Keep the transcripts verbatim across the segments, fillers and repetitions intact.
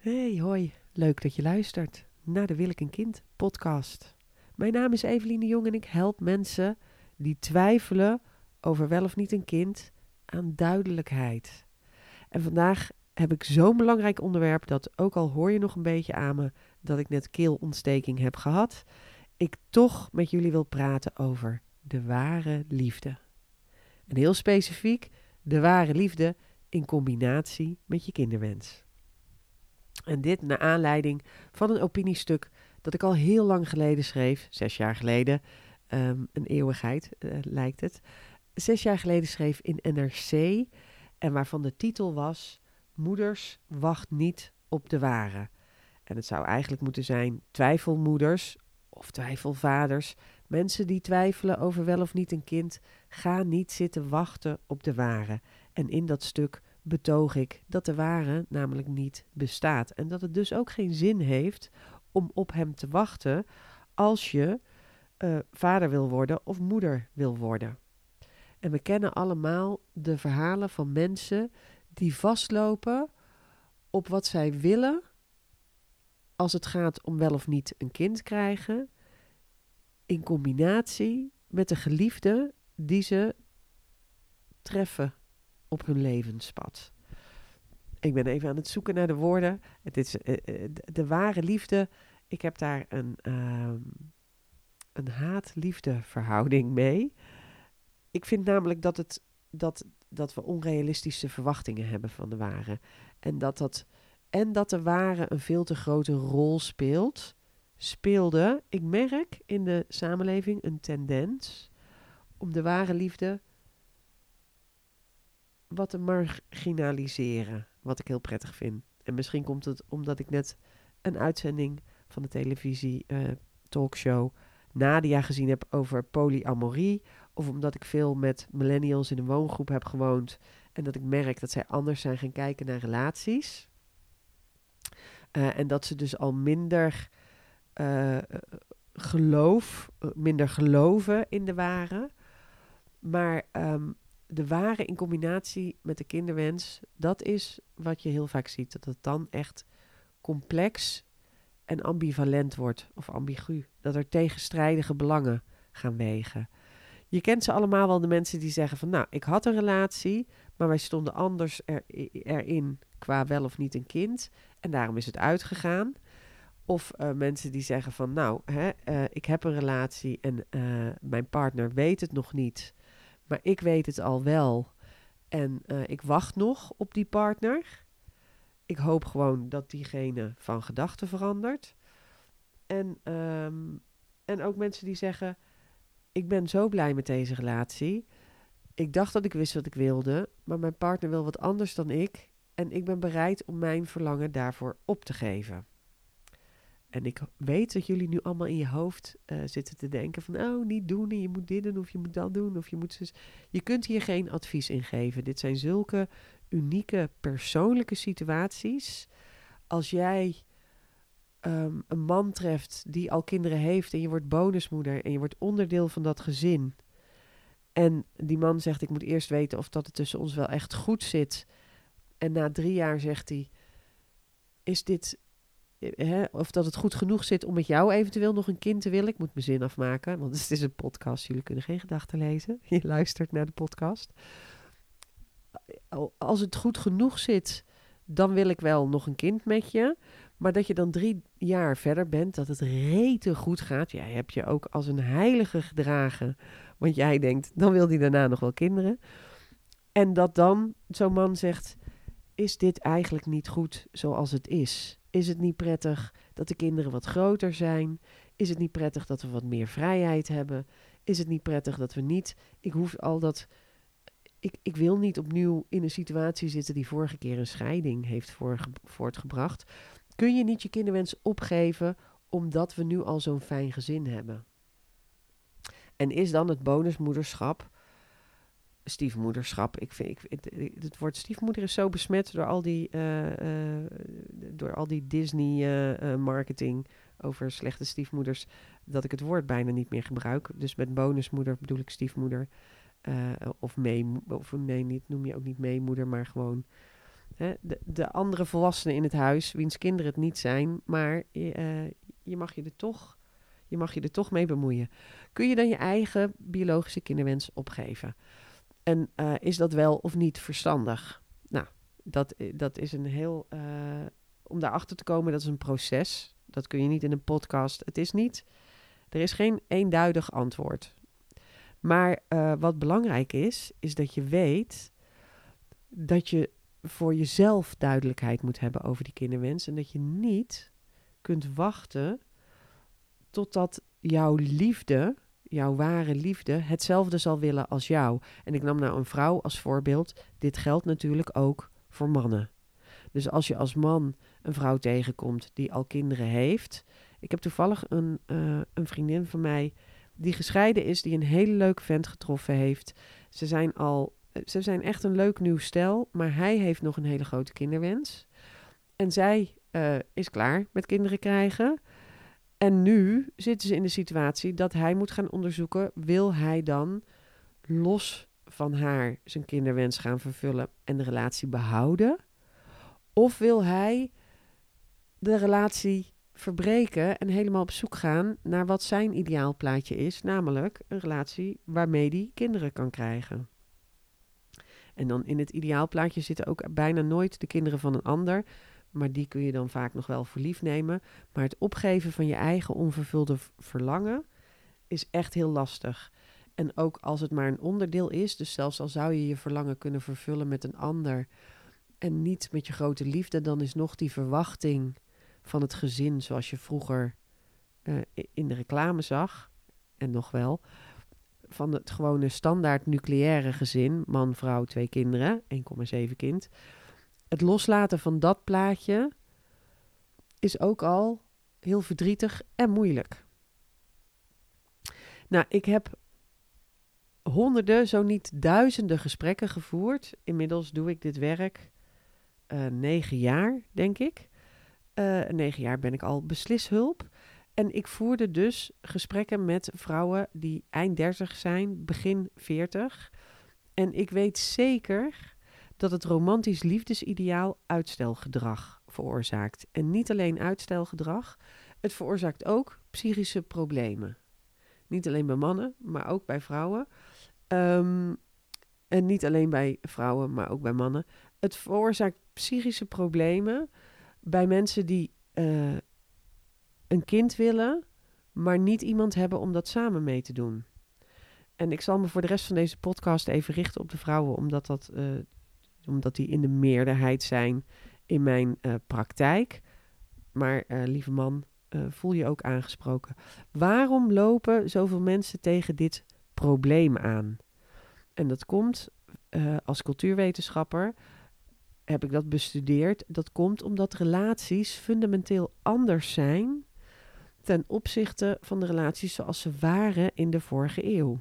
Hey, hoi. Leuk dat je luistert naar de Wil ik een kind podcast. Mijn naam is Eveline de Jong en ik help mensen die twijfelen over wel of niet een kind aan duidelijkheid. En vandaag heb ik zo'n belangrijk onderwerp dat, ook al hoor je nog een beetje aan me dat ik net keelontsteking heb gehad, ik toch met jullie wil praten over de ware liefde. En heel specifiek de ware liefde in combinatie met je kinderwens. En dit naar aanleiding van een opiniestuk dat ik al heel lang geleden schreef, zes jaar geleden, um, een eeuwigheid uh, lijkt het, zes jaar geleden schreef in N R C en waarvan de titel was: Moeders, wacht niet op de ware. En het zou eigenlijk moeten zijn twijfelmoeders of twijfelvaders, mensen die twijfelen over wel of niet een kind, ga niet zitten wachten op de ware. En in dat stuk betoog ik dat de ware namelijk niet bestaat. En dat het dus ook geen zin heeft om op hem te wachten als je uh, vader wil worden of moeder wil worden. En we kennen allemaal de verhalen van mensen die vastlopen op wat zij willen als het gaat om wel of niet een kind krijgen, in combinatie met de geliefde die ze treffen op hun levenspad. Ik ben even aan het zoeken naar de woorden. Het is uh, de, de ware liefde. Ik heb daar een, uh, een haat-liefde verhouding mee. Ik vind namelijk dat, het, dat, dat we onrealistische verwachtingen hebben van de ware. En dat, dat, en dat de ware een veel te grote rol speelt. Speelde, ik merk in de samenleving een tendens om de ware liefde wat te marginaliseren, wat ik heel prettig vind. En misschien komt het omdat ik net een uitzending van de televisie uh, talkshow Nadia gezien heb over polyamorie, of omdat ik veel met millennials in een woongroep heb gewoond en dat ik merk dat zij anders zijn gaan kijken naar relaties. Uh, en dat ze dus al minder uh, geloof, uh, minder geloven in de ware. Maar um, de ware in combinatie met de kinderwens, dat is wat je heel vaak ziet. Dat het dan echt complex en ambivalent wordt, of ambigu. Dat er tegenstrijdige belangen gaan wegen. Je kent ze allemaal wel, de mensen die zeggen van, nou, ik had een relatie, maar wij stonden anders er, erin qua wel of niet een kind. En daarom is het uitgegaan. Of uh, mensen die zeggen van, nou, hè, uh, ik heb een relatie en uh, mijn partner weet het nog niet. Maar ik weet het al wel en uh, ik wacht nog op die partner. Ik hoop gewoon dat diegene van gedachten verandert. En, um, en ook mensen die zeggen, ik ben zo blij met deze relatie. Ik dacht dat ik wist wat ik wilde, maar mijn partner wil wat anders dan ik. En ik ben bereid om mijn verlangen daarvoor op te geven. En ik weet dat jullie nu allemaal in je hoofd uh, zitten te denken van, oh, niet doen en je moet dit doen of je moet dat doen of je moet zus. Je kunt hier geen advies in geven. Dit zijn zulke unieke persoonlijke situaties. Als jij um, een man treft die al kinderen heeft en je wordt bonusmoeder en je wordt onderdeel van dat gezin. En die man zegt, ik moet eerst weten of dat het tussen ons wel echt goed zit. En na drie jaar zegt hij, is dit... He, of dat het goed genoeg zit om met jou eventueel nog een kind te willen. Ik moet mijn zin afmaken, want het is een podcast. Jullie kunnen geen gedachten lezen. Je luistert naar de podcast. Als het goed genoeg zit, dan wil ik wel nog een kind met je. Maar dat je dan drie jaar verder bent, dat het rete goed gaat. Jij hebt je ook als een heilige gedragen. Want jij denkt, dan wil die daarna nog wel kinderen. En dat dan zo'n man zegt, is dit eigenlijk niet goed zoals het is? Is het niet prettig dat de kinderen wat groter zijn? Is het niet prettig dat we wat meer vrijheid hebben? Is het niet prettig dat we niet... Ik hoef al dat... Ik, ik wil niet opnieuw in een situatie zitten die vorige keer een scheiding heeft voorge, voortgebracht. Kun je niet je kinderwens opgeven omdat we nu al zo'n fijn gezin hebben? En is dan het bonusmoederschap... Stiefmoederschap. Ik vind, ik, het, het woord stiefmoeder is zo besmet door al die, uh, uh, door al die Disney uh, uh, marketing over slechte stiefmoeders, dat ik het woord bijna niet meer gebruik. Dus met bonusmoeder bedoel ik stiefmoeder. Uh, of mee, of nee, niet, noem je ook niet meemoeder, maar gewoon Hè, de, de andere volwassenen in het huis, wiens kinderen het niet zijn, maar je, uh, je, mag je, er toch, je mag je er toch mee bemoeien. Kun je dan je eigen biologische kinderwens opgeven? En uh, is dat wel of niet verstandig? Nou, dat, dat is een heel... Uh, om daarachter te komen, dat is een proces. Dat kun je niet in een podcast. Het is niet... Er is geen eenduidig antwoord. Maar uh, wat belangrijk is, is dat je weet dat je voor jezelf duidelijkheid moet hebben over die kinderwens. En dat je niet kunt wachten totdat jouw liefde, jouw ware liefde, hetzelfde zal willen als jou. En ik nam nou een vrouw als voorbeeld. Dit geldt natuurlijk ook voor mannen. Dus als je als man een vrouw tegenkomt die al kinderen heeft. Ik heb toevallig een, uh, een vriendin van mij die gescheiden is, die een hele leuke vent getroffen heeft. Ze zijn al, ze zijn echt een leuk nieuw stel, maar hij heeft nog een hele grote kinderwens. En zij uh, is klaar met kinderen krijgen. En nu zitten ze in de situatie dat hij moet gaan onderzoeken, wil hij dan los van haar zijn kinderwens gaan vervullen en de relatie behouden? Of wil hij de relatie verbreken en helemaal op zoek gaan naar wat zijn ideaalplaatje is, namelijk een relatie waarmee hij kinderen kan krijgen. En dan in het ideaalplaatje zitten ook bijna nooit de kinderen van een ander, maar die kun je dan vaak nog wel voor lief nemen. Maar het opgeven van je eigen onvervulde verlangen is echt heel lastig. En ook als het maar een onderdeel is, dus zelfs al zou je je verlangen kunnen vervullen met een ander en niet met je grote liefde, dan is nog die verwachting van het gezin zoals je vroeger uh, in de reclame zag, en nog wel, van het gewone standaard nucleaire gezin, man, vrouw, twee kinderen, één komma zeven kind. Het loslaten van dat plaatje is ook al heel verdrietig en moeilijk. Nou, ik heb honderden, zo niet duizenden gesprekken gevoerd. Inmiddels doe ik dit werk uh, negen jaar, denk ik. Uh, negen jaar ben ik al beslishulp. En ik voerde dus gesprekken met vrouwen die eind dertig zijn, begin veertig. En ik weet zeker dat het romantisch liefdesideaal uitstelgedrag veroorzaakt. En niet alleen uitstelgedrag, het veroorzaakt ook psychische problemen. Niet alleen bij mannen, maar ook bij vrouwen. Um, en niet alleen bij vrouwen, maar ook bij mannen. Het veroorzaakt psychische problemen bij mensen die uh, een kind willen, maar niet iemand hebben om dat samen mee te doen. En ik zal me voor de rest van deze podcast even richten op de vrouwen, omdat, dat, uh, omdat die in de meerderheid zijn in mijn uh, praktijk. Maar uh, lieve man, uh, voel je ook aangesproken. Waarom lopen zoveel mensen tegen dit probleem aan? En dat komt uh, als cultuurwetenschapper, heb ik dat bestudeerd. Dat komt omdat relaties fundamenteel anders zijn ten opzichte van de relaties zoals ze waren in de vorige eeuw.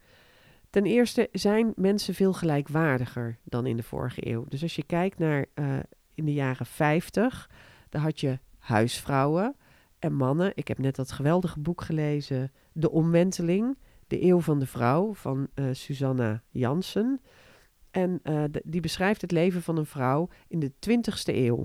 Ten eerste zijn mensen veel gelijkwaardiger dan in de vorige eeuw. Dus als je kijkt naar uh, in de jaren vijftig, dan had je huisvrouwen en mannen. Ik heb net dat geweldige boek gelezen, De Omwenteling, de eeuw van de vrouw, van uh, Susanna Jansen. En uh, de, die beschrijft het leven van een vrouw in de twintigste eeuw.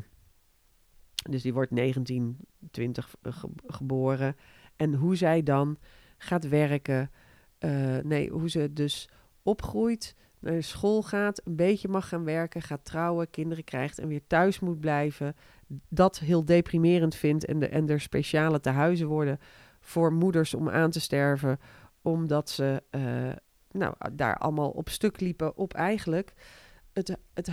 Dus die wordt negentien twintig ge- geboren. En hoe zij dan gaat werken. Uh, nee, hoe ze dus opgroeit, naar school gaat, een beetje mag gaan werken, gaat trouwen, kinderen krijgt en weer thuis moet blijven. Dat heel deprimerend vindt en, de, en er speciale tehuizen worden voor moeders om aan te sterven, omdat ze uh, nou, daar allemaal op stuk liepen op eigenlijk het, het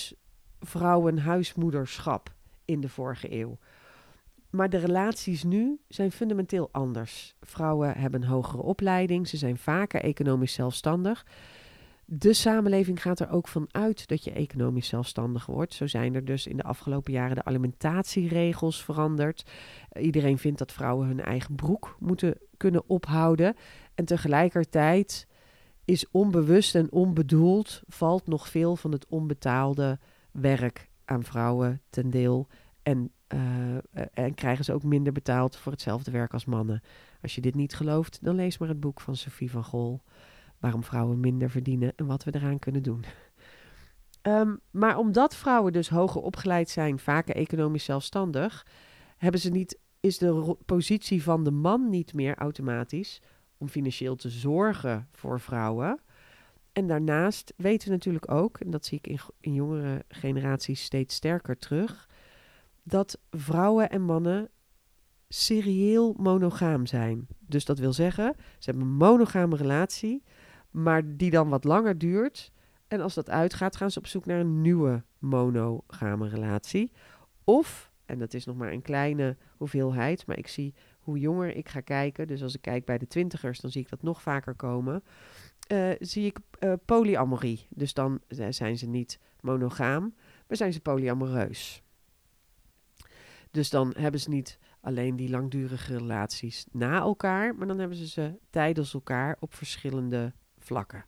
huisvrouwen-huismoederschap in de vorige eeuw. Maar de relaties nu zijn fundamenteel anders. Vrouwen hebben een hogere opleiding, ze zijn vaker economisch zelfstandig. De samenleving gaat er ook van uit dat je economisch zelfstandig wordt. Zo zijn er dus in de afgelopen jaren de alimentatieregels veranderd. Uh, iedereen vindt dat vrouwen hun eigen broek moeten kunnen ophouden. En tegelijkertijd is onbewust en onbedoeld valt nog veel van het onbetaalde werk aan vrouwen ten deel. En, uh, uh, en krijgen ze ook minder betaald voor hetzelfde werk als mannen. Als je dit niet gelooft, dan lees maar het boek van Sophie van Gol. Waarom vrouwen minder verdienen en wat we eraan kunnen doen. Um, maar omdat vrouwen dus hoger opgeleid zijn, vaker economisch zelfstandig, hebben ze niet, is de ro- positie van de man niet meer automatisch om financieel te zorgen voor vrouwen. En daarnaast weten we natuurlijk ook, en dat zie ik in, in jongere generaties steeds sterker terug, dat vrouwen en mannen serieel monogaam zijn. Dus dat wil zeggen, ze hebben een monogame relatie, maar die dan wat langer duurt. En als dat uitgaat, gaan ze op zoek naar een nieuwe monogame relatie. Of, en dat is nog maar een kleine hoeveelheid, maar ik zie hoe jonger ik ga kijken, dus als ik kijk bij de twintigers, dan zie ik dat nog vaker komen, uh, zie ik uh, polyamorie. Dus dan uh, zijn ze niet monogaam, maar zijn ze polyamoreus. Dus dan hebben ze niet alleen die langdurige relaties na elkaar, maar dan hebben ze ze tijdens elkaar op verschillende vlakken.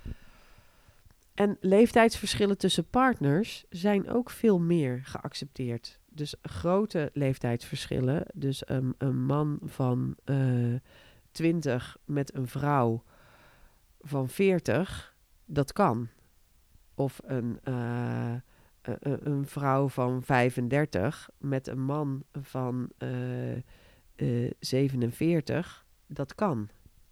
En leeftijdsverschillen tussen partners zijn ook veel meer geaccepteerd. Dus grote leeftijdsverschillen. Dus um, een man van uh, twintig met een vrouw van veertig, dat kan. Of een, uh, een, een vrouw van vijfendertig met een man van uh, uh, zevenenveertig, dat kan.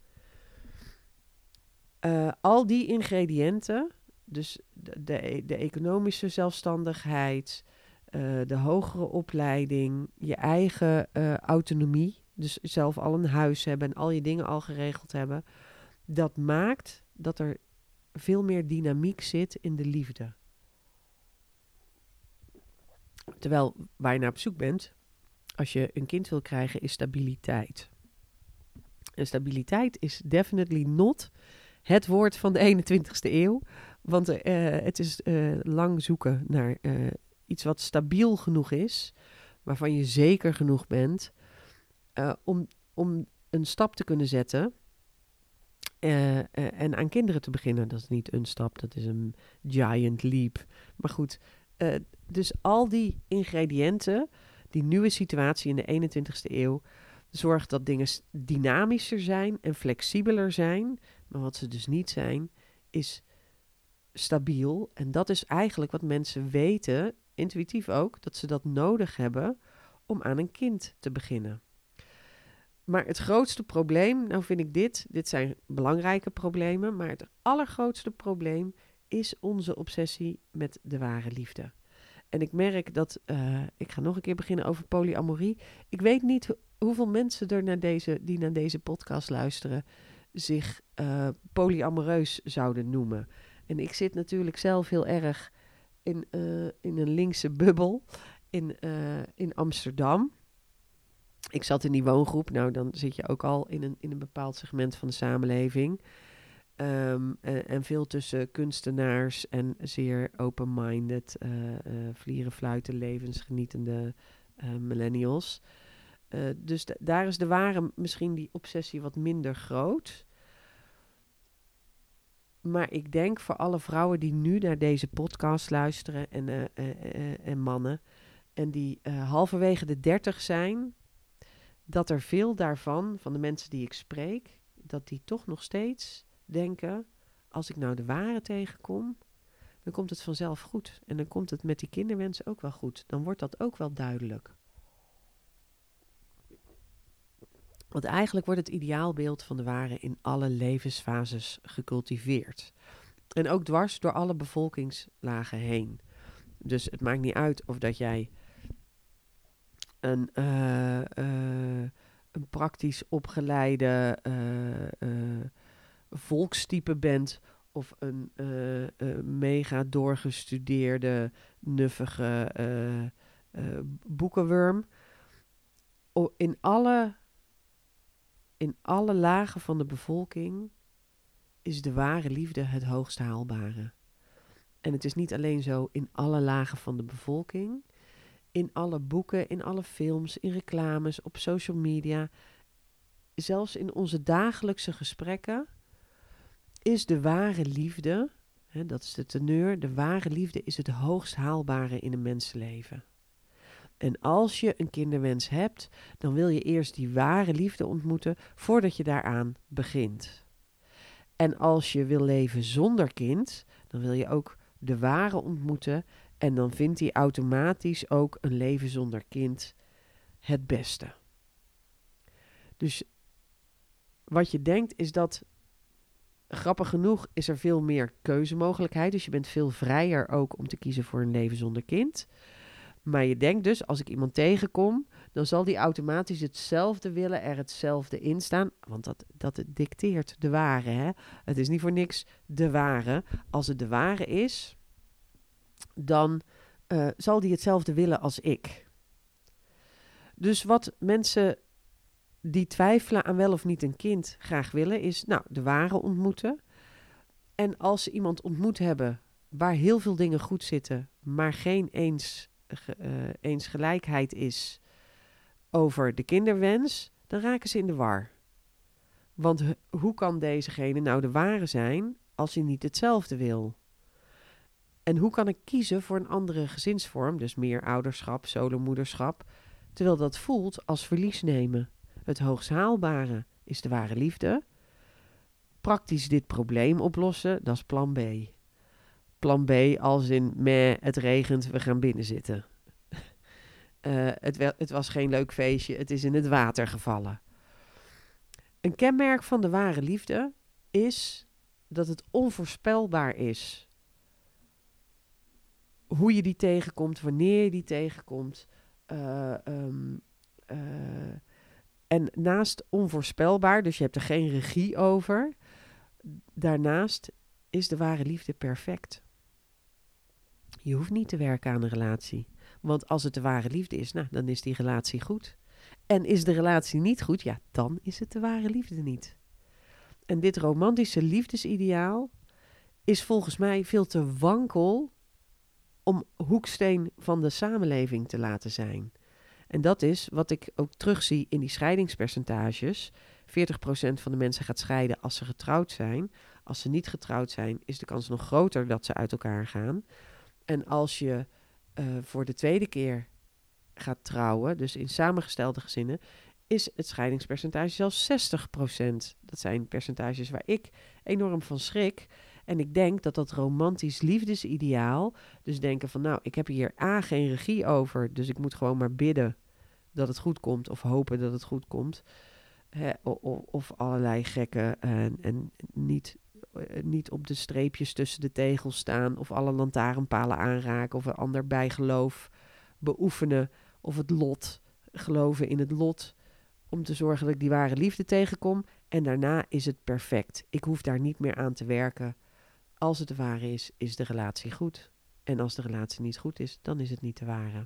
Uh, al die ingrediënten, dus de, de, de economische zelfstandigheid, uh, de hogere opleiding, je eigen uh, autonomie, dus zelf al een huis hebben en al je dingen al geregeld hebben, dat maakt dat er veel meer dynamiek zit in de liefde. Terwijl waar je naar op zoek bent, als je een kind wil krijgen, is stabiliteit. En stabiliteit is definitely not het woord van de eenentwintigste eeuw. Want uh, het is uh, lang zoeken naar uh, iets wat stabiel genoeg is, waarvan je zeker genoeg bent uh, om, om een stap te kunnen zetten uh, uh, en aan kinderen te beginnen. Dat is niet een stap, dat is een giant leap. Maar goed, uh, dus al die ingrediënten, die nieuwe situatie in de eenentwintigste eeuw, zorgt dat dingen dynamischer zijn en flexibeler zijn. Maar wat ze dus niet zijn, is stabiel. En dat is eigenlijk wat mensen weten, intuïtief ook, dat ze dat nodig hebben om aan een kind te beginnen. Maar het grootste probleem, nou vind ik dit, dit zijn belangrijke problemen, maar het allergrootste probleem is onze obsessie met de ware liefde. En ik merk dat, uh, ik ga nog een keer beginnen over polyamorie. Ik weet niet ho- hoeveel mensen er naar deze, die naar deze podcast luisteren zich uh, polyamoreus zouden noemen. En ik zit natuurlijk zelf heel erg in, uh, in een linkse bubbel in, uh, in Amsterdam. Ik zat in die woongroep. Nou, dan zit je ook al in een, in een bepaald segment van de samenleving. Um, en, en veel tussen kunstenaars en zeer open-minded, uh, uh, vlieren, fluiten, levensgenietende uh, millennials. Uh, dus d- daar is de ware misschien die obsessie wat minder groot. Maar ik denk voor alle vrouwen die nu naar deze podcast luisteren en, uh, uh, uh, en mannen, en die uh, halverwege de dertig zijn, dat er veel daarvan, van de mensen die ik spreek, dat die toch nog steeds denken, als ik nou de ware tegenkom, dan komt het vanzelf goed. En dan komt het met die kinderwens ook wel goed. Dan wordt dat ook wel duidelijk. Want eigenlijk wordt het ideaalbeeld van de ware in alle levensfases gecultiveerd. En ook dwars door alle bevolkingslagen heen. Dus het maakt niet uit of dat jij een, uh, uh, een praktisch opgeleide uh, uh, volkstype bent, of een uh, uh, mega doorgestudeerde, nuffige uh, uh, boekenworm. O, in alle, in alle lagen van de bevolking is de ware liefde het hoogst haalbare. En het is niet alleen zo in alle lagen van de bevolking, in alle boeken, in alle films, in reclames, op social media, zelfs in onze dagelijkse gesprekken, is de ware liefde, hè, dat is de teneur, de ware liefde is het hoogst haalbare in een mensenleven. En als je een kinderwens hebt, dan wil je eerst die ware liefde ontmoeten voordat je daaraan begint. En als je wil leven zonder kind, dan wil je ook de ware ontmoeten. En dan vindt hij automatisch ook een leven zonder kind het beste. Dus wat je denkt is dat, grappig genoeg is er veel meer keuzemogelijkheid. Dus je bent veel vrijer ook om te kiezen voor een leven zonder kind. Maar je denkt dus, als ik iemand tegenkom, dan zal die automatisch hetzelfde willen, er hetzelfde in staan. Want dat, dat dicteert de ware. Hè? Het is niet voor niks de ware. Als het de ware is, dan uh, zal die hetzelfde willen als ik. Dus wat mensen die twijfelen aan wel of niet een kind graag willen, is nou de ware ontmoeten. En als ze iemand ontmoet hebben waar heel veel dingen goed zitten, maar geen eens, uh, eensgelijkheid is over de kinderwens, dan raken ze in de war. Want h- hoe kan dezegene nou de ware zijn als hij niet hetzelfde wil? En hoe kan ik kiezen voor een andere gezinsvorm, dus meer ouderschap, solomoederschap, terwijl dat voelt als verlies nemen? Het hoogst haalbare is de ware liefde. Praktisch dit probleem oplossen, dat is plan B. Plan B als in, meh, het regent, we gaan binnen zitten. uh, het, wel, het was geen leuk feestje, het is in het water gevallen. Een kenmerk van de ware liefde is dat het onvoorspelbaar is. Hoe je die tegenkomt, wanneer je die tegenkomt. Uh, um, uh, en naast onvoorspelbaar, dus je hebt er geen regie over, daarnaast is de ware liefde perfect. Je hoeft niet te werken aan een relatie. Want als het de ware liefde is, nou, dan is die relatie goed. En is de relatie niet goed, ja, dan is het de ware liefde niet. En dit romantische liefdesideaal is volgens mij veel te wankel om hoeksteen van de samenleving te laten zijn. En dat is wat ik ook terugzie in die scheidingspercentages. veertig procent van de mensen gaat scheiden als ze getrouwd zijn. Als ze niet getrouwd zijn, is de kans nog groter dat ze uit elkaar gaan. En als je uh, voor de tweede keer gaat trouwen, dus in samengestelde gezinnen, is het scheidingspercentage zelfs zestig procent. Dat zijn percentages waar ik enorm van schrik. En ik denk dat dat romantisch liefdesideaal, dus denken van nou, ik heb hier A, geen regie over, dus ik moet gewoon maar bidden dat het goed komt of hopen dat het goed komt. Hè, of, of allerlei gekke en, en niet, niet op de streepjes tussen de tegels staan of alle lantaarnpalen aanraken of een ander bijgeloof beoefenen of het lot, geloven in het lot, om te zorgen dat ik die ware liefde tegenkom. En daarna is het perfect. Ik hoef daar niet meer aan te werken. Als het de ware is, is de relatie goed. En als de relatie niet goed is, dan is het niet de ware.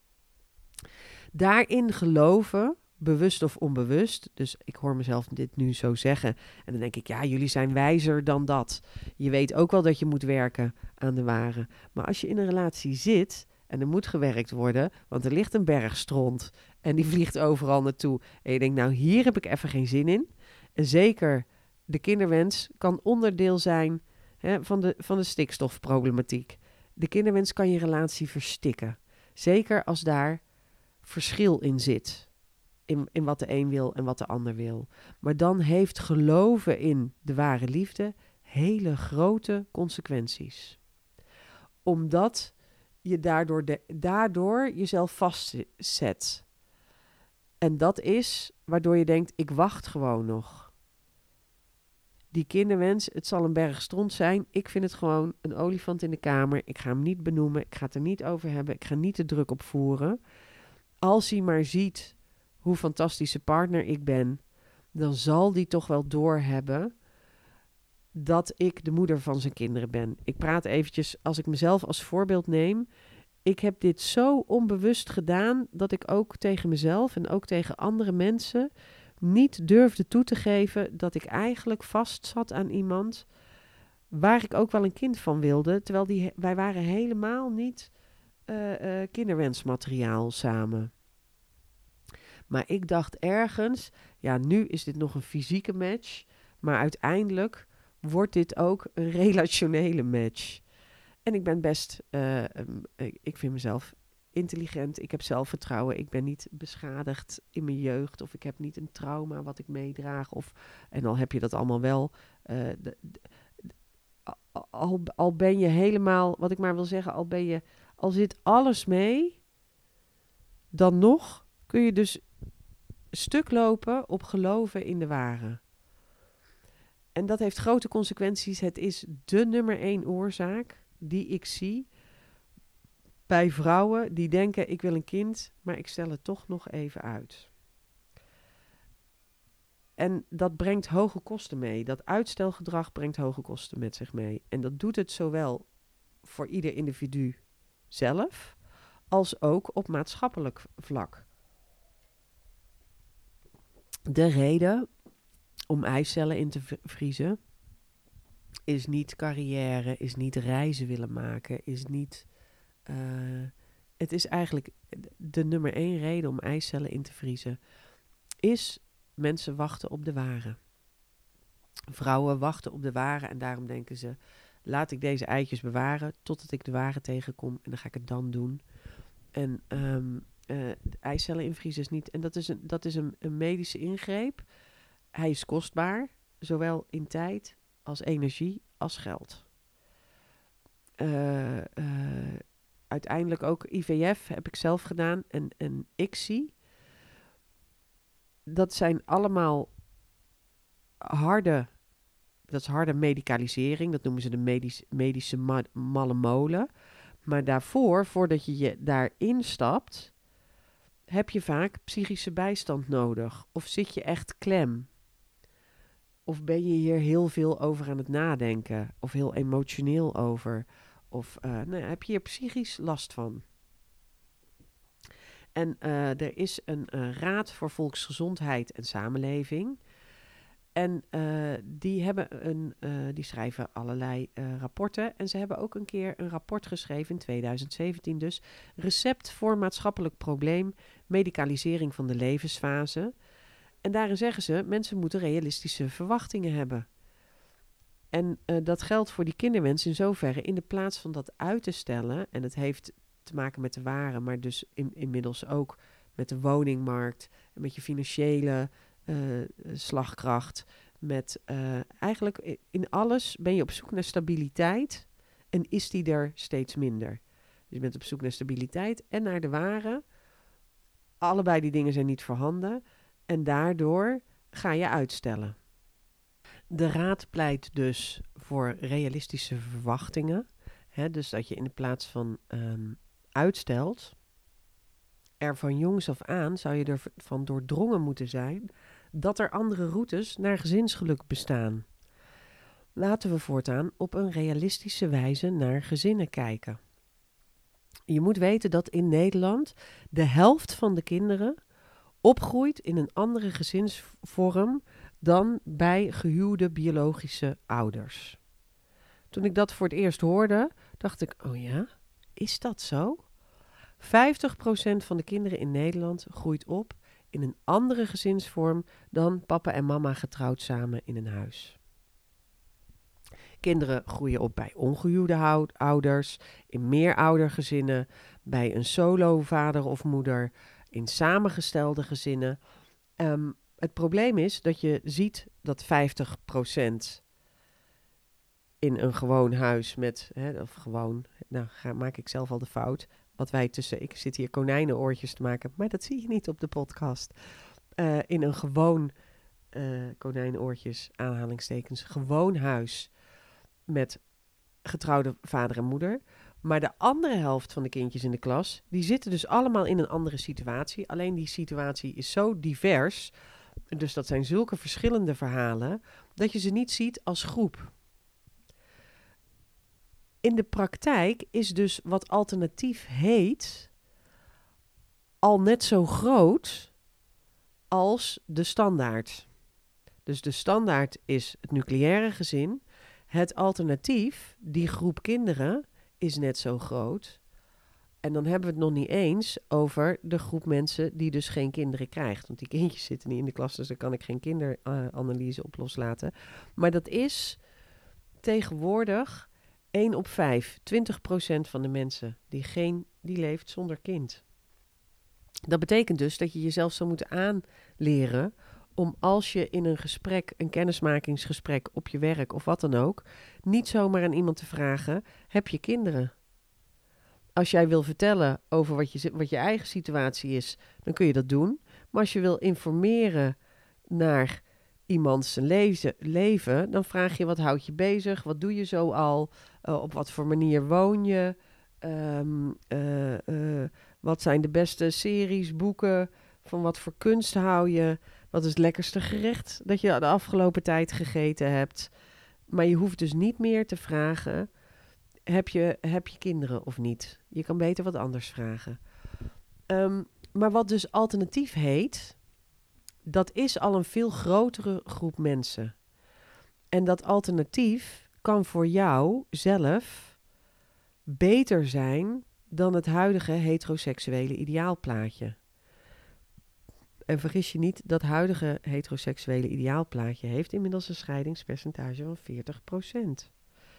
Daarin geloven, bewust of onbewust, dus ik hoor mezelf dit nu zo zeggen, en dan denk ik, ja, jullie zijn wijzer dan dat. Je weet ook wel dat je moet werken aan de ware. Maar als je in een relatie zit en er moet gewerkt worden, want er ligt een berg stront en die vliegt overal naartoe. En je denkt, nou, hier heb ik even geen zin in. En zeker de kinderwens kan onderdeel zijn hè, van, de, van de stikstofproblematiek. De kinderwens kan je relatie verstikken. Zeker als daar verschil in zit. In, in wat de een wil en wat de ander wil. Maar dan heeft geloven in de ware liefde hele grote consequenties. Omdat je daardoor, de, daardoor jezelf vastzet. En dat is waardoor je denkt, ik wacht gewoon nog. Die kinderwens, het zal een berg stront zijn. Ik vind het gewoon een olifant in de kamer. Ik ga hem niet benoemen. Ik ga het er niet over hebben. Ik ga niet de druk opvoeren. Als hij maar ziet hoe fantastische partner ik ben, dan zal die toch wel doorhebben dat ik de moeder van zijn kinderen ben. Ik praat eventjes, als ik mezelf als voorbeeld neem. Ik heb dit zo onbewust gedaan dat ik ook tegen mezelf en ook tegen andere mensen niet durfde toe te geven dat ik eigenlijk vast zat aan iemand waar ik ook wel een kind van wilde. Terwijl die, wij waren helemaal niet uh, uh, kinderwensmateriaal samen. Maar ik dacht ergens, ja, nu is dit nog een fysieke match, maar uiteindelijk wordt dit ook een relationele match. En ik ben best, uh, um, ik vind mezelf intelligent, ik heb zelfvertrouwen, ik ben niet beschadigd in mijn jeugd of ik heb niet een trauma wat ik meedraag. Of, en al heb je dat allemaal wel, uh, de, de, al, al ben je helemaal, wat ik maar wil zeggen, al ben je, al zit alles mee, dan nog kun je dus stuk lopen op geloven in de ware. En dat heeft grote consequenties. Het is de nummer één oorzaak die ik zie bij vrouwen die denken, ik wil een kind, maar ik stel het toch nog even uit. En dat brengt hoge kosten mee. Dat uitstelgedrag brengt hoge kosten met zich mee. En dat doet het zowel voor ieder individu zelf, als ook op maatschappelijk vlak. De reden om eicellen in te vriezen is niet carrière, is niet reizen willen maken, is niet... Uh, het is eigenlijk de nummer één reden om eicellen in te vriezen, is mensen wachten op de ware. Vrouwen wachten op de ware en daarom denken ze, laat ik deze eitjes bewaren totdat ik de ware tegenkom en dan ga ik het dan doen. En um, uh, eicellen invriezen is niet, en dat is, een, dat is een, een medische ingreep. Hij is kostbaar, zowel in tijd als energie als geld. Uh, uh, uiteindelijk ook I V F heb ik zelf gedaan en, en I C S I. Dat zijn allemaal harde, dat is harde medicalisering. Dat noemen ze de medisch, medische ma- malle molen. Maar daarvoor, voordat je je daarin stapt, heb je vaak psychische bijstand nodig. Of zit je echt klem? Of ben je hier heel veel over aan het nadenken? Of heel emotioneel over? Of uh, nou, heb je hier psychisch last van? En uh, er is een uh, Raad voor Volksgezondheid en Samenleving. En uh, die, hebben een, uh, die schrijven allerlei uh, rapporten. En ze hebben ook een keer een rapport geschreven in tweeduizend zeventien dus. Recept voor maatschappelijk probleem, medicalisering van de levensfase. En daarin zeggen ze, mensen moeten realistische verwachtingen hebben. En uh, dat geldt voor die kinderwens in zoverre. In de plaats van dat uit te stellen, en het heeft te maken met de ware, maar dus in, inmiddels ook met de woningmarkt, en met je financiële uh, slagkracht, met uh, eigenlijk in alles ben je op zoek naar stabiliteit en is die er steeds minder. Dus je bent op zoek naar stabiliteit en naar de ware. Allebei die dingen zijn niet voorhanden en daardoor ga je uitstellen. De raad pleit dus voor realistische verwachtingen. Hè, dus dat je in de plaats van um, uitstelt, er van jongs af aan zou je ervan doordrongen moeten zijn dat er andere routes naar gezinsgeluk bestaan. Laten we voortaan op een realistische wijze naar gezinnen kijken. Je moet weten dat in Nederland de helft van de kinderen opgroeit in een andere gezinsvorm dan bij gehuwde biologische ouders. Toen ik dat voor het eerst hoorde, dacht ik, oh ja, is dat zo? vijftig procent van de kinderen in Nederland groeit op in een andere gezinsvorm dan papa en mama getrouwd samen in een huis. Kinderen groeien op bij ongehuwde ouders, in meeroudergezinnen, bij een solo vader of moeder, in samengestelde gezinnen. Um, het probleem is dat je ziet dat vijftig procent in een gewoon huis met, hè, of gewoon, nou ga, maak ik zelf al de fout, wat wij tussen, ik zit hier konijnenoortjes te maken, maar dat zie je niet op de podcast. Uh, in een gewoon, uh, konijnenoortjes, aanhalingstekens, gewoon huis met getrouwde vader en moeder. Maar de andere helft van de kindjes in de klas, die zitten dus allemaal in een andere situatie. Alleen die situatie is zo divers, dus dat zijn zulke verschillende verhalen, dat je ze niet ziet als groep. In de praktijk is dus wat alternatief heet al net zo groot als de standaard. Dus de standaard is het nucleaire gezin. Het alternatief, die groep kinderen, is net zo groot. En dan hebben we het nog niet eens over de groep mensen die dus geen kinderen krijgt. Want die kindjes zitten niet in de klas, dus daar kan ik geen kinderanalyse op loslaten. Maar dat is tegenwoordig één op vijf, twintig procent van de mensen die, geen, die leeft zonder kind. Dat betekent dus dat je jezelf zou moeten aanleren om als je in een gesprek, een kennismakingsgesprek op je werk of wat dan ook, niet zomaar aan iemand te vragen, heb je kinderen? Als jij wil vertellen over wat je, wat je eigen situatie is, dan kun je dat doen. Maar als je wil informeren naar iemands leven, leven, dan vraag je wat houdt je bezig, wat doe je zo al, uh, op wat voor manier woon je, um, uh, uh, wat zijn de beste series, boeken, van wat voor kunst hou je, wat is het lekkerste gerecht dat je de afgelopen tijd gegeten hebt. Maar je hoeft dus niet meer te vragen, heb je, heb je kinderen of niet? Je kan beter wat anders vragen. Um, maar wat dus alternatief heet, dat is al een veel grotere groep mensen. En dat alternatief kan voor jou zelf beter zijn dan het huidige heteroseksuele ideaalplaatje. En vergis je niet, dat huidige heteroseksuele ideaalplaatje heeft inmiddels een scheidingspercentage van veertig procent.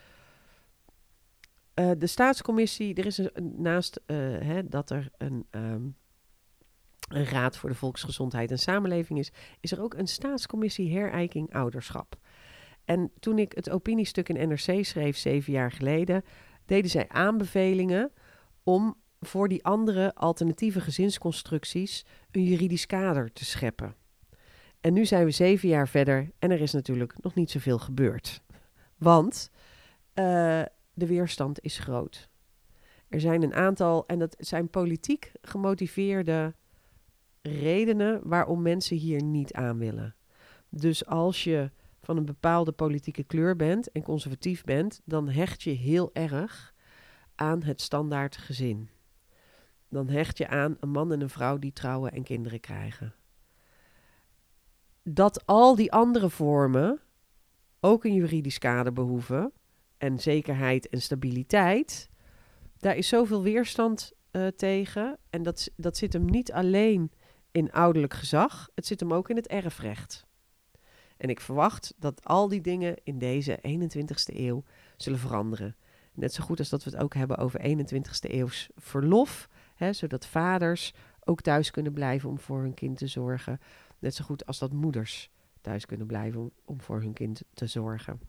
Uh, de staatscommissie, er is een, naast uh, hè, dat er een, um, een raad voor de volksgezondheid en samenleving is, is er ook een staatscommissie herijking ouderschap. En toen ik het opiniestuk in N R C schreef, zeven jaar geleden, deden zij aanbevelingen om voor die andere alternatieve gezinsconstructies een juridisch kader te scheppen. En nu zijn we zeven jaar verder en er is natuurlijk nog niet zoveel gebeurd. Want uh, de weerstand is groot. Er zijn een aantal, en dat zijn politiek gemotiveerde redenen waarom mensen hier niet aan willen. Dus als je van een bepaalde politieke kleur bent en conservatief bent, dan hecht je heel erg aan het standaard gezin. Dan hecht je aan een man en een vrouw die trouwen en kinderen krijgen. Dat al die andere vormen ook een juridisch kader behoeven en zekerheid en stabiliteit, daar is zoveel weerstand uh, tegen. En dat, dat zit hem niet alleen in ouderlijk gezag, het zit hem ook in het erfrecht. En ik verwacht dat al die dingen in deze eenentwintigste eeuw zullen veranderen. Net zo goed als dat we het ook hebben over eenentwintigste eeuws verlof, hè, zodat vaders ook thuis kunnen blijven om voor hun kind te zorgen. Net zo goed als dat moeders thuis kunnen blijven om, om voor hun kind te zorgen.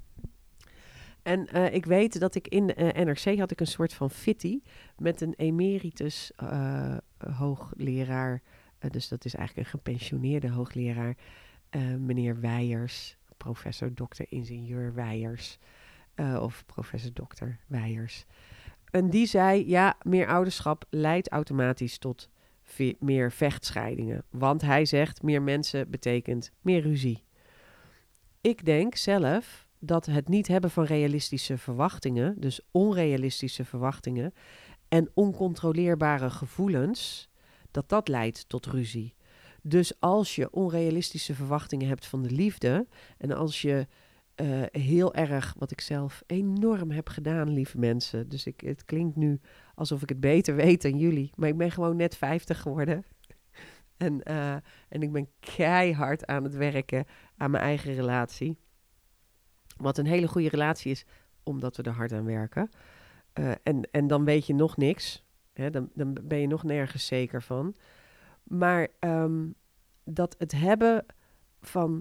En uh, ik weet dat ik in uh, N R C had ik een soort van fitty met een emeritus uh, hoogleraar. Uh, dus dat is eigenlijk een gepensioneerde hoogleraar. Uh, meneer Weijers, professor dokter ingenieur Weijers. Uh, of professor dokter Weijers. En die zei, ja, meer ouderschap leidt automatisch tot ve- meer vechtscheidingen. Want hij zegt, meer mensen betekent meer ruzie. Ik denk zelf dat het niet hebben van realistische verwachtingen, dus onrealistische verwachtingen en oncontroleerbare gevoelens, dat dat leidt tot ruzie. Dus als je onrealistische verwachtingen hebt van de liefde en als je uh, heel erg, wat ik zelf enorm heb gedaan, lieve mensen, dus ik, het klinkt nu alsof ik het beter weet dan jullie, maar ik ben gewoon net vijftig geworden. En, uh, en ik ben keihard aan het werken aan mijn eigen relatie. Wat een hele goede relatie is, omdat we er hard aan werken. Uh, en, en dan weet je nog niks. Hè, dan, dan ben je nog nergens zeker van. Maar um, dat het hebben van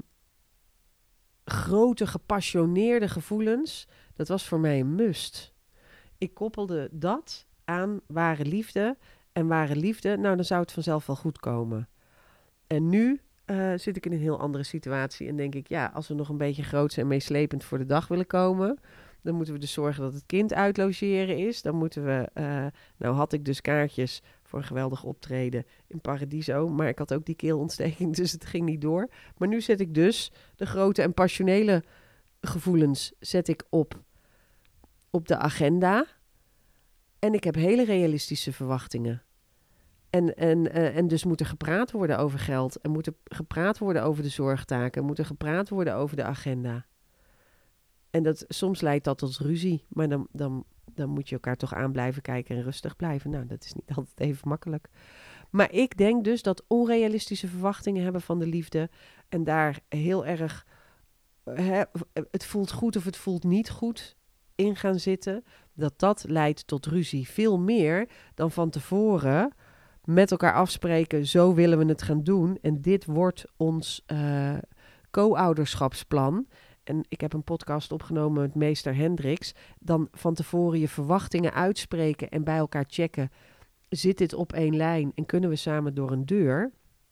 grote, gepassioneerde gevoelens, dat was voor mij een must. Ik koppelde dat aan ware liefde. En ware liefde, nou dan zou het vanzelf wel goed komen. En nu uh, zit ik in een heel andere situatie en denk ik, ja, als we nog een beetje groots en meeslepend voor de dag willen komen, dan moeten we dus zorgen dat het kind uitlogeren is. Dan moeten we, uh, nou had ik dus kaartjes voor een geweldig optreden in Paradiso, maar ik had ook die keelontsteking, dus het ging niet door. Maar nu zet ik dus de grote en passionele gevoelens zet ik op, op de agenda. En ik heb hele realistische verwachtingen. En, en, uh, en dus moet er gepraat worden over geld. En moet er gepraat worden over de zorgtaken. Moet er gepraat worden over de agenda. En dat, soms leidt dat tot ruzie. Maar dan, dan, dan moet je elkaar toch aan blijven kijken en rustig blijven. Nou, dat is niet altijd even makkelijk. Maar ik denk dus dat onrealistische verwachtingen hebben van de liefde. En daar heel erg, hè, het voelt goed of het voelt niet goed in gaan zitten. Dat dat leidt tot ruzie. Veel meer dan van tevoren met elkaar afspreken, zo willen we het gaan doen. En dit wordt ons uh, co-ouderschapsplan. En ik heb een podcast opgenomen met meester Hendricks. Dan van tevoren je verwachtingen uitspreken en bij elkaar checken. Zit dit op één lijn en kunnen we samen door een deur?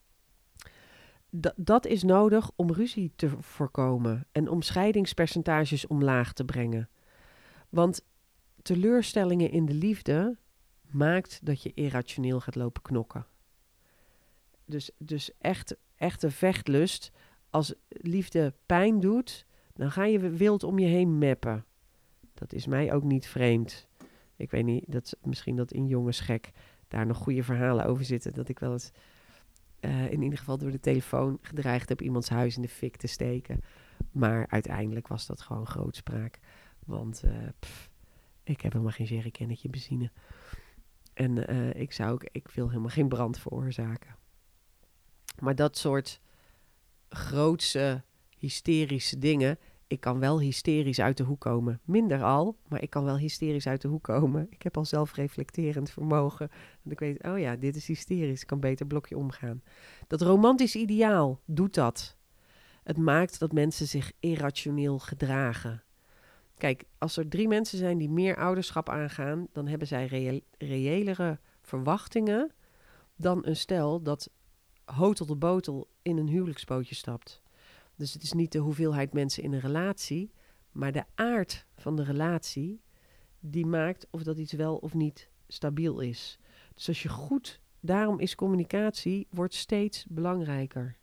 D- dat is nodig om ruzie te voorkomen en om scheidingspercentages omlaag te brengen. Want teleurstellingen in de liefde maakt dat je irrationeel gaat lopen knokken. Dus, dus echt, echte vechtlust, als liefde pijn doet, dan ga je wild om je heen meppen. Dat is mij ook niet vreemd. Ik weet niet, dat, misschien dat in jongensgek daar nog goede verhalen over zitten. Dat ik wel eens uh, in ieder geval door de telefoon gedreigd heb iemands huis in de fik te steken. Maar uiteindelijk was dat gewoon grootspraak. Want uh, pff, ik heb helemaal geen jerrycannetje benzine. En uh, ik, zou ook, ik wil helemaal geen brand veroorzaken. Maar dat soort grootse, hysterische dingen. Ik kan wel hysterisch uit de hoek komen. Minder al, maar ik kan wel hysterisch uit de hoek komen. Ik heb al zelfreflecterend vermogen. En ik weet, oh ja, dit is hysterisch. Ik kan beter blokje omgaan. Dat romantisch ideaal doet dat. Het maakt dat mensen zich irrationeel gedragen. Kijk, als er drie mensen zijn die meer ouderschap aangaan, dan hebben zij rea- reëlere verwachtingen dan een stel dat hotel de botel in een huwelijksbootje stapt. Dus het is niet de hoeveelheid mensen in een relatie, maar de aard van de relatie die maakt of dat iets wel of niet stabiel is. Dus als je goed, daarom is communicatie, wordt steeds belangrijker.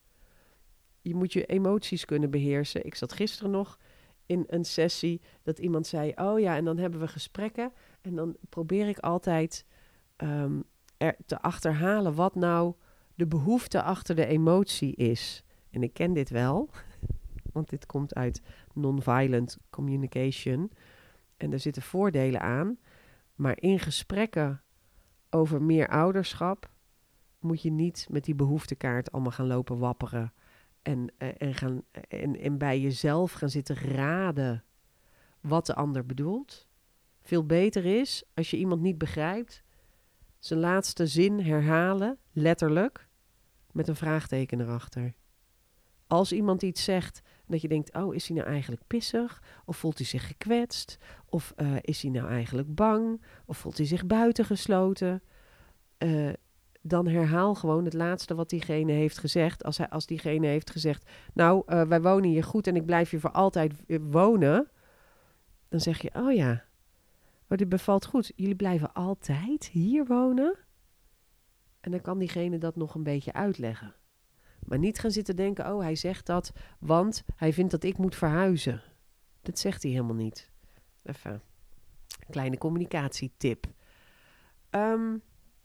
Je moet je emoties kunnen beheersen. Ik zat gisteren nog in een sessie dat iemand zei, oh ja, en dan hebben we gesprekken en dan probeer ik altijd um, er te achterhalen wat nou de behoefte achter de emotie is. En ik ken dit wel, want dit komt uit non-violent communication. En er zitten voordelen aan. Maar in gesprekken over meer ouderschap moet je niet met die behoeftekaart allemaal gaan lopen wapperen. En, uh, en, gaan, en, en bij jezelf gaan zitten raden wat de ander bedoelt. Veel beter is, als je iemand niet begrijpt, zijn laatste zin herhalen, letterlijk, met een vraagteken erachter. Als iemand iets zegt dat je denkt, oh, is hij nou eigenlijk pissig? Of voelt hij zich gekwetst? Of uh, is hij nou eigenlijk bang? Of voelt hij zich buitengesloten? Uh, dan herhaal gewoon het laatste wat diegene heeft gezegd. Als, hij, als diegene heeft gezegd, nou, uh, wij wonen hier goed en ik blijf hier voor altijd wonen. Dan zeg je, oh ja, oh, dit bevalt goed. Jullie blijven altijd hier wonen? En dan kan diegene dat nog een beetje uitleggen. Maar niet gaan zitten denken, oh, hij zegt dat, want hij vindt dat ik moet verhuizen. Dat zegt hij helemaal niet. Even een kleine communicatietip. Um,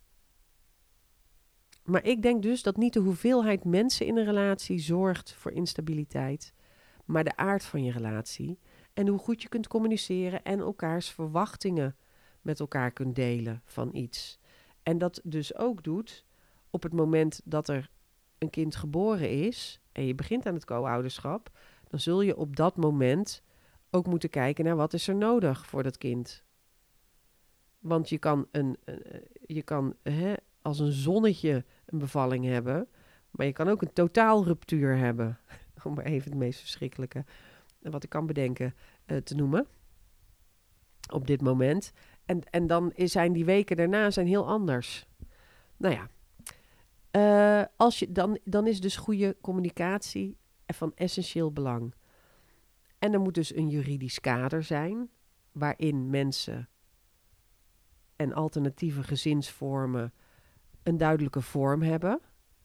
maar ik denk dus dat niet de hoeveelheid mensen in een relatie zorgt voor instabiliteit, maar de aard van je relatie en hoe goed je kunt communiceren en elkaars verwachtingen met elkaar kunt delen van iets. En dat dus ook doet op het moment dat er een kind geboren is en je begint aan het co-ouderschap, dan zul je op dat moment ook moeten kijken naar wat is er nodig voor dat kind. Want je kan, een, je kan hè, als een zonnetje een bevalling hebben, maar je kan ook een totaalruptuur hebben. Om maar even het meest verschrikkelijke wat ik kan bedenken uh, te noemen op dit moment. En, en dan zijn die weken daarna zijn heel anders. Nou ja. Uh, als je, dan, dan is dus goede communicatie van essentieel belang. En er moet dus een juridisch kader zijn, waarin mensen en alternatieve gezinsvormen een duidelijke vorm hebben.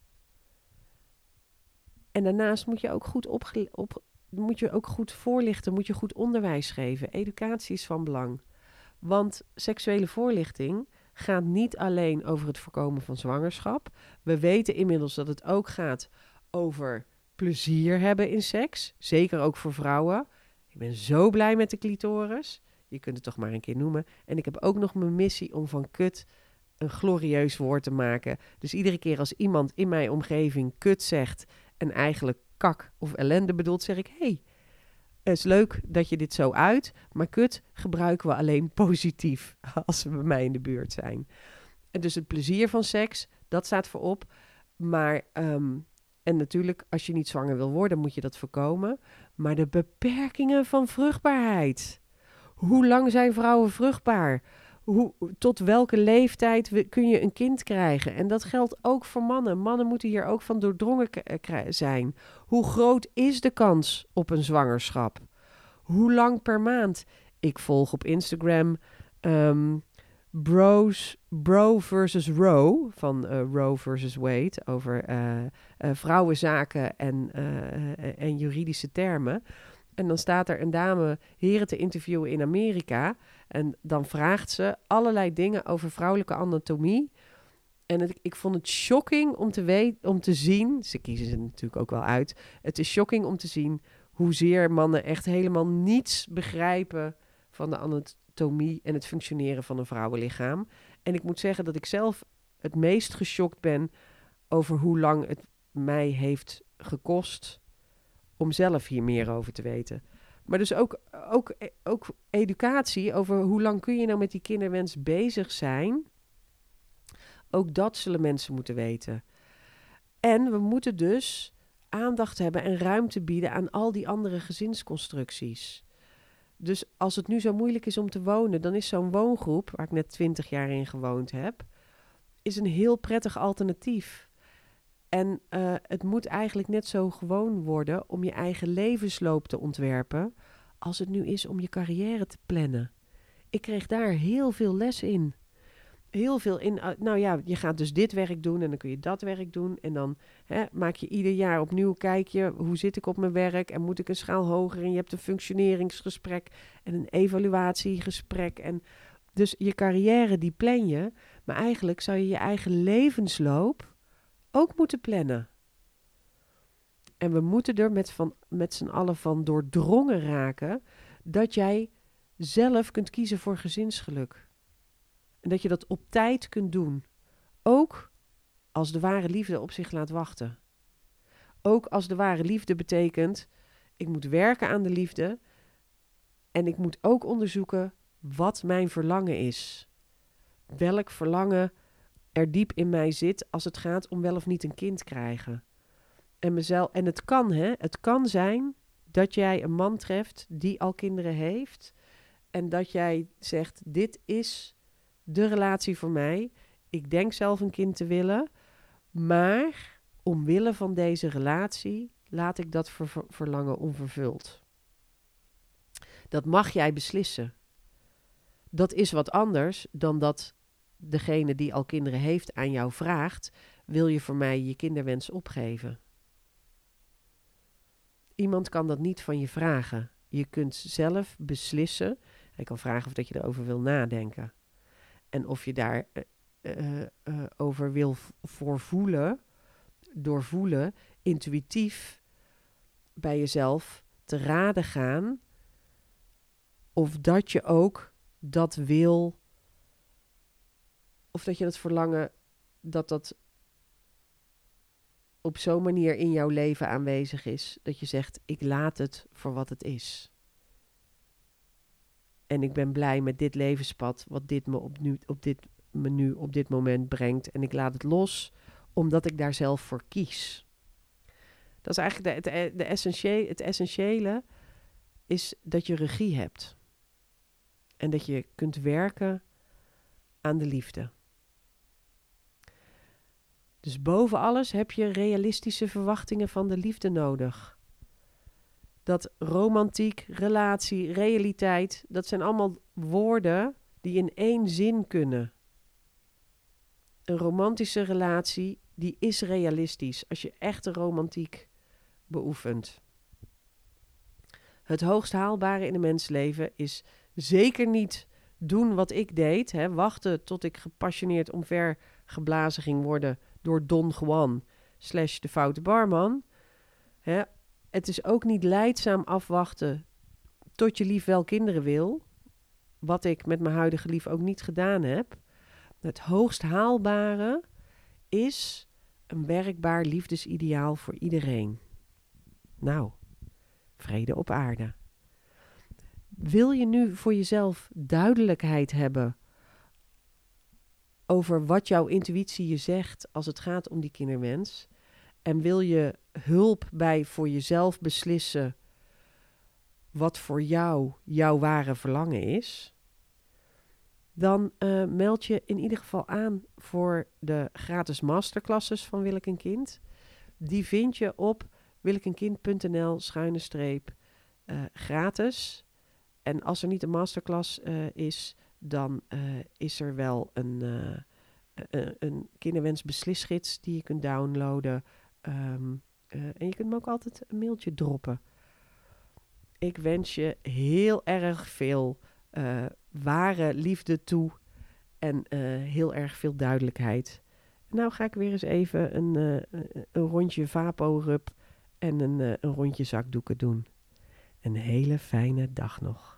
En daarnaast moet je ook goed, opge- op, moet je ook goed voorlichten, moet je goed onderwijs geven. Educatie is van belang. Want seksuele voorlichting gaat niet alleen over het voorkomen van zwangerschap. We weten inmiddels dat het ook gaat over plezier hebben in seks. Zeker ook voor vrouwen. Ik ben zo blij met de clitoris. Je kunt het toch maar een keer noemen. En ik heb ook nog mijn missie om van kut een glorieus woord te maken. Dus iedere keer als iemand in mijn omgeving kut zegt en eigenlijk kak of ellende bedoelt, zeg ik, hey, het is leuk dat je dit zo uit, maar kut gebruiken we alleen positief als ze bij mij in de buurt zijn. En dus het plezier van seks, dat staat voorop. Maar, um, en natuurlijk, als je niet zwanger wil worden, moet je dat voorkomen. Maar de beperkingen van vruchtbaarheid. Hoe lang zijn vrouwen vruchtbaar? Hoe, tot welke leeftijd we, kun je een kind krijgen? En dat geldt ook voor mannen. Mannen moeten hier ook van doordrongen k- zijn. Hoe groot is de kans op een zwangerschap? Hoe lang per maand? Ik volg op Instagram um, Bros, Bro versus Roe van uh, Roe versus Wade over uh, uh, vrouwenzaken en, uh, en juridische termen. En dan staat er een dame heren te interviewen in Amerika. En dan vraagt ze allerlei dingen over vrouwelijke anatomie. En het, ik vond het shocking om te, weet, om te zien... Ze kiezen ze natuurlijk ook wel uit. Het is shocking om te zien hoezeer mannen echt helemaal niets begrijpen van de anatomie en het functioneren van een vrouwenlichaam. En ik moet zeggen dat ik zelf het meest geschokt ben over hoe lang het mij heeft gekost om zelf hier meer over te weten. Maar dus ook, ook, ook educatie over hoe lang kun je nou met die kinderwens bezig zijn. Ook dat zullen mensen moeten weten. En we moeten dus aandacht hebben en ruimte bieden aan al die andere gezinsconstructies. Dus als het nu zo moeilijk is om te wonen, dan is zo'n woongroep, waar ik net twintig jaar in gewoond heb, is een heel prettig alternatief. En uh, het moet eigenlijk net zo gewoon worden om je eigen levensloop te ontwerpen, als het nu is om je carrière te plannen. Ik kreeg daar heel veel les in. Heel veel in. Uh, nou ja, je gaat dus dit werk doen en dan kun je dat werk doen. En dan hè, maak je ieder jaar opnieuw kijk je, hoe zit ik op mijn werk en moet ik een schaal hoger? En je hebt een functioneringsgesprek en een evaluatiegesprek. En dus je carrière die plan je, maar eigenlijk zou je je eigen levensloop ook moeten plannen. En we moeten er met, van, met z'n allen van doordrongen raken dat jij zelf kunt kiezen voor gezinsgeluk. En dat je dat op tijd kunt doen. Ook als de ware liefde op zich laat wachten. Ook als de ware liefde betekent, ik moet werken aan de liefde en ik moet ook onderzoeken wat mijn verlangen is. Welk verlangen er diep in mij zit als het gaat om wel of niet een kind krijgen. En, mezelf, en het kan, hè, het kan zijn dat jij een man treft die al kinderen heeft. En dat jij zegt, dit is de relatie voor mij. Ik denk zelf een kind te willen. Maar omwille van deze relatie laat ik dat ver- verlangen onvervuld. Dat mag jij beslissen. Dat is wat anders dan dat degene die al kinderen heeft aan jou vraagt, wil je voor mij je kinderwens opgeven? Iemand kan dat niet van je vragen. Je kunt zelf beslissen. Hij kan vragen of dat je erover wil nadenken. En of je daar uh, uh, uh, over wil v- voor voelen, doorvoelen, intuïtief bij jezelf te raden gaan. Of dat je ook dat wil, of dat je dat verlangen, dat dat op zo'n manier in jouw leven aanwezig is, dat je zegt, ik laat het voor wat het is. En ik ben blij met dit levenspad, wat dit me op, nu, op dit me nu op dit moment brengt. En ik laat het los, omdat ik daar zelf voor kies. Dat is eigenlijk de, de, de essentiële, het essentiële, is dat je regie hebt. En dat je kunt werken aan de liefde. Dus boven alles heb je realistische verwachtingen van de liefde nodig. Dat romantiek, relatie, realiteit, dat zijn allemaal woorden die in één zin kunnen. Een romantische relatie, die is realistisch als je echte romantiek beoefent. Het hoogst haalbare in een mensleven is zeker niet doen wat ik deed. Hè, wachten tot ik gepassioneerd omvergeblazen ging worden door Don Juan slash de foute barman. Hè, het is ook niet lijdzaam afwachten tot je lief wel kinderen wil. Wat ik met mijn huidige lief ook niet gedaan heb. Het hoogst haalbare is een werkbaar liefdesideaal voor iedereen. Nou, vrede op aarde. Wil je nu voor jezelf duidelijkheid hebben over wat jouw intuïtie je zegt als het gaat om die kinderwens. En wil je hulp bij voor jezelf beslissen wat voor jou jouw ware verlangen is, dan uh, meld je in ieder geval aan voor de gratis masterclasses van Wil ik een kind. Die vind je op wilikeenkind.nl schuine streep uh, gratis. En als er niet een masterclass uh, is, dan uh, is er wel een, uh, uh, een kinderwensbeslisgids die je kunt downloaden. Um, uh, en je kunt me ook altijd een mailtje droppen. Ik wens je heel erg veel uh, ware liefde toe en uh, heel erg veel duidelijkheid. Nou ga ik weer eens even een, uh, een rondje Vapo-rub en een, uh, een rondje zakdoeken doen. Een hele fijne dag nog.